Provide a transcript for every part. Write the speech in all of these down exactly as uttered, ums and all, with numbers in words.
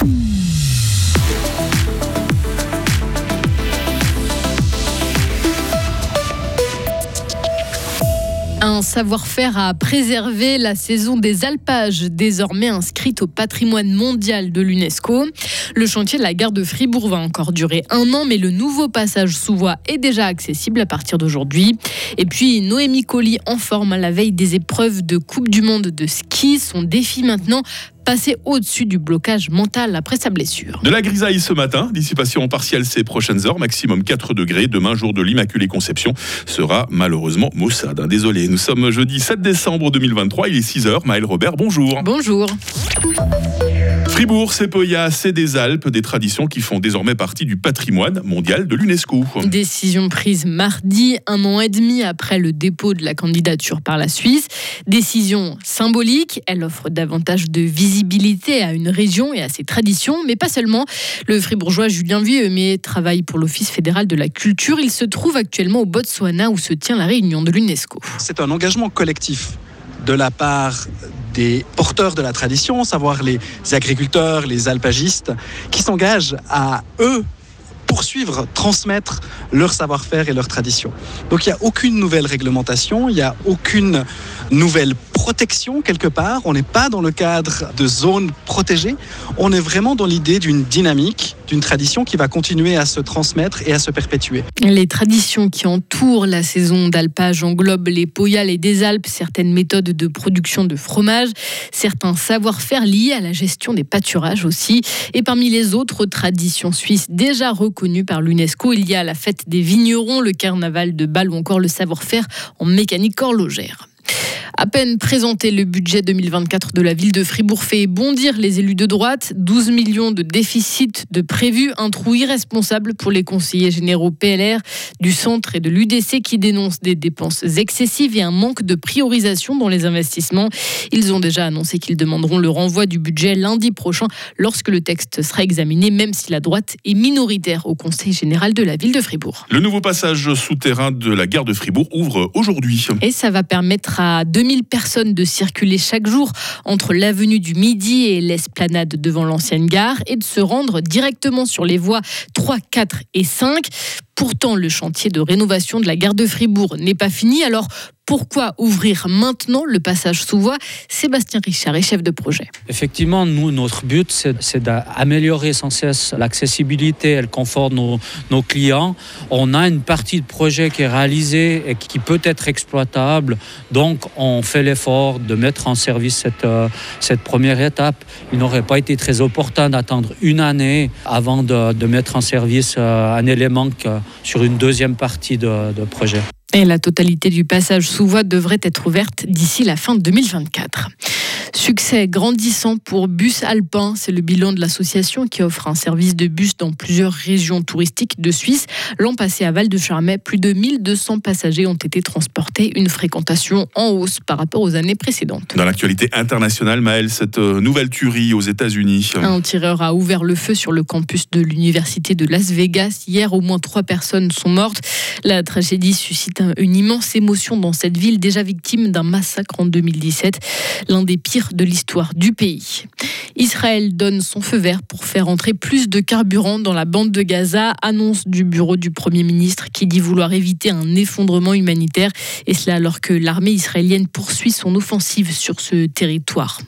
Un savoir-faire à préserver, la saison des alpages, désormais inscrite au patrimoine mondial de l'UNESCO. Le chantier de la gare de Fribourg va encore durer un an, mais le nouveau passage sous voie est déjà accessible à partir d'aujourd'hui. Et puis Noémie Colli en forme à la veille des épreuves de Coupe du Monde de ski. Son défi maintenant, passer au-dessus du blocage mental après sa blessure. De la grisaille ce matin, dissipation partielle ces prochaines heures, maximum quatre degrés. Demain, jour de l'Immaculée Conception, sera malheureusement maussade. Désolé, nous sommes jeudi sept décembre deux mille vingt-trois, il est six heures. Maëlle Robert, bonjour. Bonjour. Fribourg, c'est Poya, c'est des Alpes, des traditions qui font désormais partie du patrimoine mondial de l'UNESCO. Décision prise mardi, un an et demi après le dépôt de la candidature par la Suisse. Décision symbolique, elle offre davantage de visibilité à une région et à ses traditions, mais pas seulement. Le fribourgeois Julien Vuillemet travaille pour l'Office fédéral de la culture. Il se trouve actuellement au Botswana où se tient la réunion de l'UNESCO. C'est un engagement collectif de la part des porteurs de la tradition, savoir les agriculteurs, les alpagistes, qui s'engagent à, eux, poursuivre, transmettre leur savoir-faire et leur tradition. Donc il n'y a aucune nouvelle réglementation, il n'y a aucune nouvelle protection quelque part. On n'est pas dans le cadre de zones protégées, on est vraiment dans l'idée d'une dynamique, d'une tradition qui va continuer à se transmettre et à se perpétuer. Les traditions qui entourent la saison d'alpage englobent les poyales et des Alpes, certaines méthodes de production de fromage, certains savoir-faire liés à la gestion des pâturages aussi. Et parmi les autres traditions suisses déjà reconnues par l'UNESCO, il y a la fête des vignerons, le carnaval de Bâle ou encore le savoir-faire en mécanique horlogère. À peine présenté, le budget deux mille vingt-quatre de la ville de Fribourg fait bondir les élus de droite. douze millions de déficit de prévu, un trou irresponsable pour les conseillers généraux P L R du centre et de l'U D C qui dénoncent des dépenses excessives et un manque de priorisation dans les investissements. Ils ont déjà annoncé qu'ils demanderont le renvoi du budget lundi prochain lorsque le texte sera examiné, même si la droite est minoritaire au conseil général de la ville de Fribourg. Le nouveau passage souterrain de la gare de Fribourg ouvre aujourd'hui. Et ça va permettre à deux mille personnes de circuler chaque jour entre l'avenue du Midi et l'esplanade devant l'ancienne gare et de se rendre directement sur les voies trois, quatre et cinq. Pourtant, le chantier de rénovation de la gare de Fribourg n'est pas fini. Alors, pourquoi ouvrir maintenant le passage sous voie ? Sébastien Richard est chef de projet. Effectivement, nous, notre but, c'est, c'est d'améliorer sans cesse l'accessibilité et le confort de nos, nos clients. On a une partie de projet qui est réalisée et qui peut être exploitable. Donc, on fait l'effort de mettre en service cette, euh, cette première étape. Il n'aurait pas été très opportun d'attendre une année avant de, de mettre en service euh, un élément que, sur une deuxième partie de, de projet. Et la totalité du passage sous voie devrait être ouverte d'ici la fin de deux mille vingt-quatre. Succès grandissant pour Bus Alpin, c'est le bilan de l'association qui offre un service de bus dans plusieurs régions touristiques de Suisse. L'an passé à Val-de-Charmey, plus de mille deux cents passagers ont été transportés, une fréquentation en hausse par rapport aux années précédentes. Dans l'actualité internationale, Maëlle, cette nouvelle tuerie aux États-Unis. Un tireur a ouvert le feu sur le campus de l'université de Las Vegas. Hier, au moins trois personnes sont mortes. La tragédie suscite une immense émotion dans cette ville, déjà victime d'un massacre en deux mille dix-sept, l'un des pires de l'histoire du pays. Israël donne son feu vert pour faire entrer plus de carburant dans la bande de Gaza, annonce du bureau du Premier ministre qui dit vouloir éviter un effondrement humanitaire, et cela alors que l'armée israélienne poursuit son offensive sur ce territoire.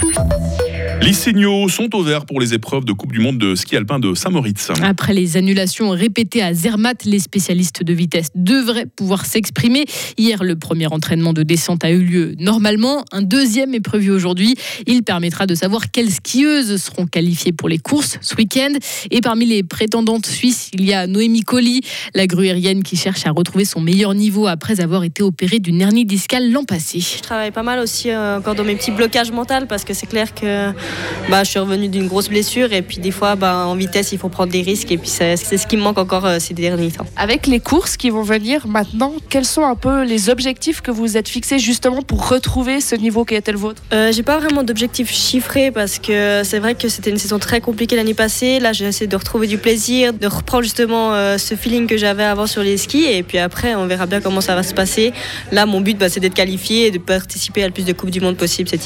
Les signaux sont au vert pour les épreuves de Coupe du Monde de ski alpin de Saint-Moritz. Après les annulations répétées à Zermatt, les spécialistes de vitesse devraient pouvoir s'exprimer. Hier, le premier entraînement de descente a eu lieu normalement. Un deuxième est prévu aujourd'hui. Il permettra de savoir quelles skieuses seront qualifiées pour les courses ce week-end. Et parmi les prétendantes suisses, il y a Noémie Colli, la gruérienne qui cherche à retrouver son meilleur niveau après avoir été opérée d'une hernie discale l'an passé. Je travaille pas mal aussi euh, encore dans mes petits blocages mentaux parce que c'est clair que bah, je suis revenue d'une grosse blessure et puis des fois bah, en vitesse il faut prendre des risques et puis c'est, c'est ce qui me manque encore euh, ces derniers temps. Avec les courses qui vont venir maintenant, quels sont un peu les objectifs que vous vous êtes fixés justement pour retrouver ce niveau qui était le vôtre ? euh, J'ai pas vraiment d'objectifs chiffrés parce que c'est vrai que c'était une saison très compliquée l'année passée. Là j'ai essayé de retrouver du plaisir, de reprendre justement euh, ce feeling que j'avais avant sur les skis et puis après on verra bien comment ça va se passer. Là mon but bah, c'est d'être qualifié et de participer à le plus de Coupes du Monde possible cet hiver.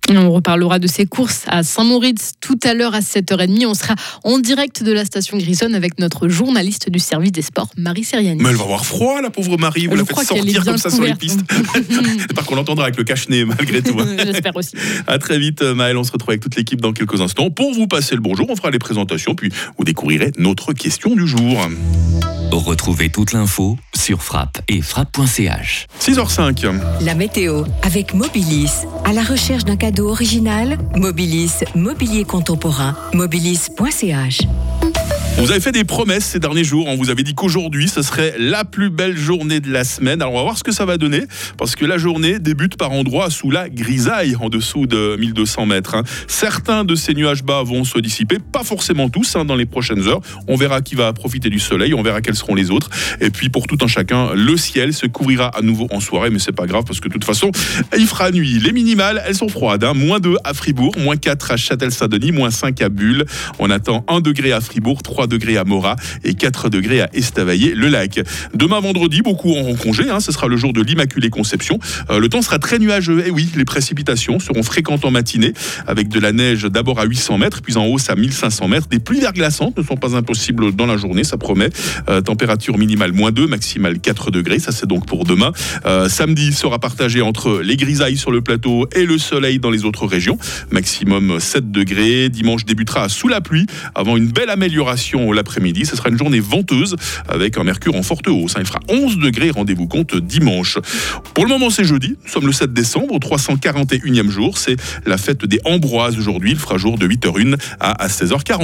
On reparlera de ces courses à Saint-Moritz tout à l'heure à sept heures trente. On sera en direct de la station Grissonne avec notre journaliste du service des sports, Marie Seriani. Mais elle va avoir froid, la pauvre Marie. Vous Je la faites sortir comme ça couverte sur les pistes. J'espère qu'on l'entendra avec le cache-nez malgré tout. J'espère aussi. À très vite, Maëlle. On se retrouve avec toute l'équipe dans quelques instants pour vous passer le bonjour. On fera les présentations, puis vous découvrirez notre question du jour. Retrouvez toute l'info sur frappe et frappe point c h. six heures cinq. La météo avec Mobilis. À la recherche d'un cadeau original, Mobilis, mobilier contemporain, mobilis point c h. Vous avez fait des promesses ces derniers jours. On vous avait dit qu'aujourd'hui, ce serait la plus belle journée de la semaine. Alors, on va voir ce que ça va donner, parce que la journée débute par endroits sous la grisaille, en dessous de mille deux cents mètres. Hein. Certains de ces nuages bas vont se dissiper, pas forcément tous, hein, dans les prochaines heures. On verra qui va profiter du soleil, on verra quels seront les autres. Et puis, pour tout un chacun, le ciel se couvrira à nouveau en soirée, mais c'est pas grave, parce que de toute façon, il fera nuit. Les minimales, elles sont froides. Hein. moins deux à Fribourg, moins quatre à Châtel-Saint-Denis, moins cinq à Bulle. On attend un degré à Fribourg, trois degrés à Morat et quatre degrés à Estavayer-le-Lac. Demain vendredi, beaucoup auront congé, hein, ce sera le jour de l'Immaculée Conception. Euh, le temps sera très nuageux, et oui, les précipitations seront fréquentes en matinée, avec de la neige d'abord à huit cents mètres, puis en hausse à mille cinq cents mètres. Des pluies verglaçantes ne sont pas impossibles dans la journée, ça promet. Euh, température minimale moins deux, maximale quatre degrés, ça c'est donc pour demain. Euh, samedi sera partagé entre les grisailles sur le plateau et le soleil dans les autres régions, maximum sept degrés. Dimanche débutera sous la pluie, avant une belle amélioration l'après-midi. Ce sera une journée venteuse avec un mercure en forte hausse. Il fera onze degrés, rendez-vous compte, dimanche. Pour le moment, c'est jeudi. Nous sommes le sept décembre, trois cent quarante et unième jour. C'est la fête des Ambroises aujourd'hui. Il fera jour de huit heures une à seize heures quarante.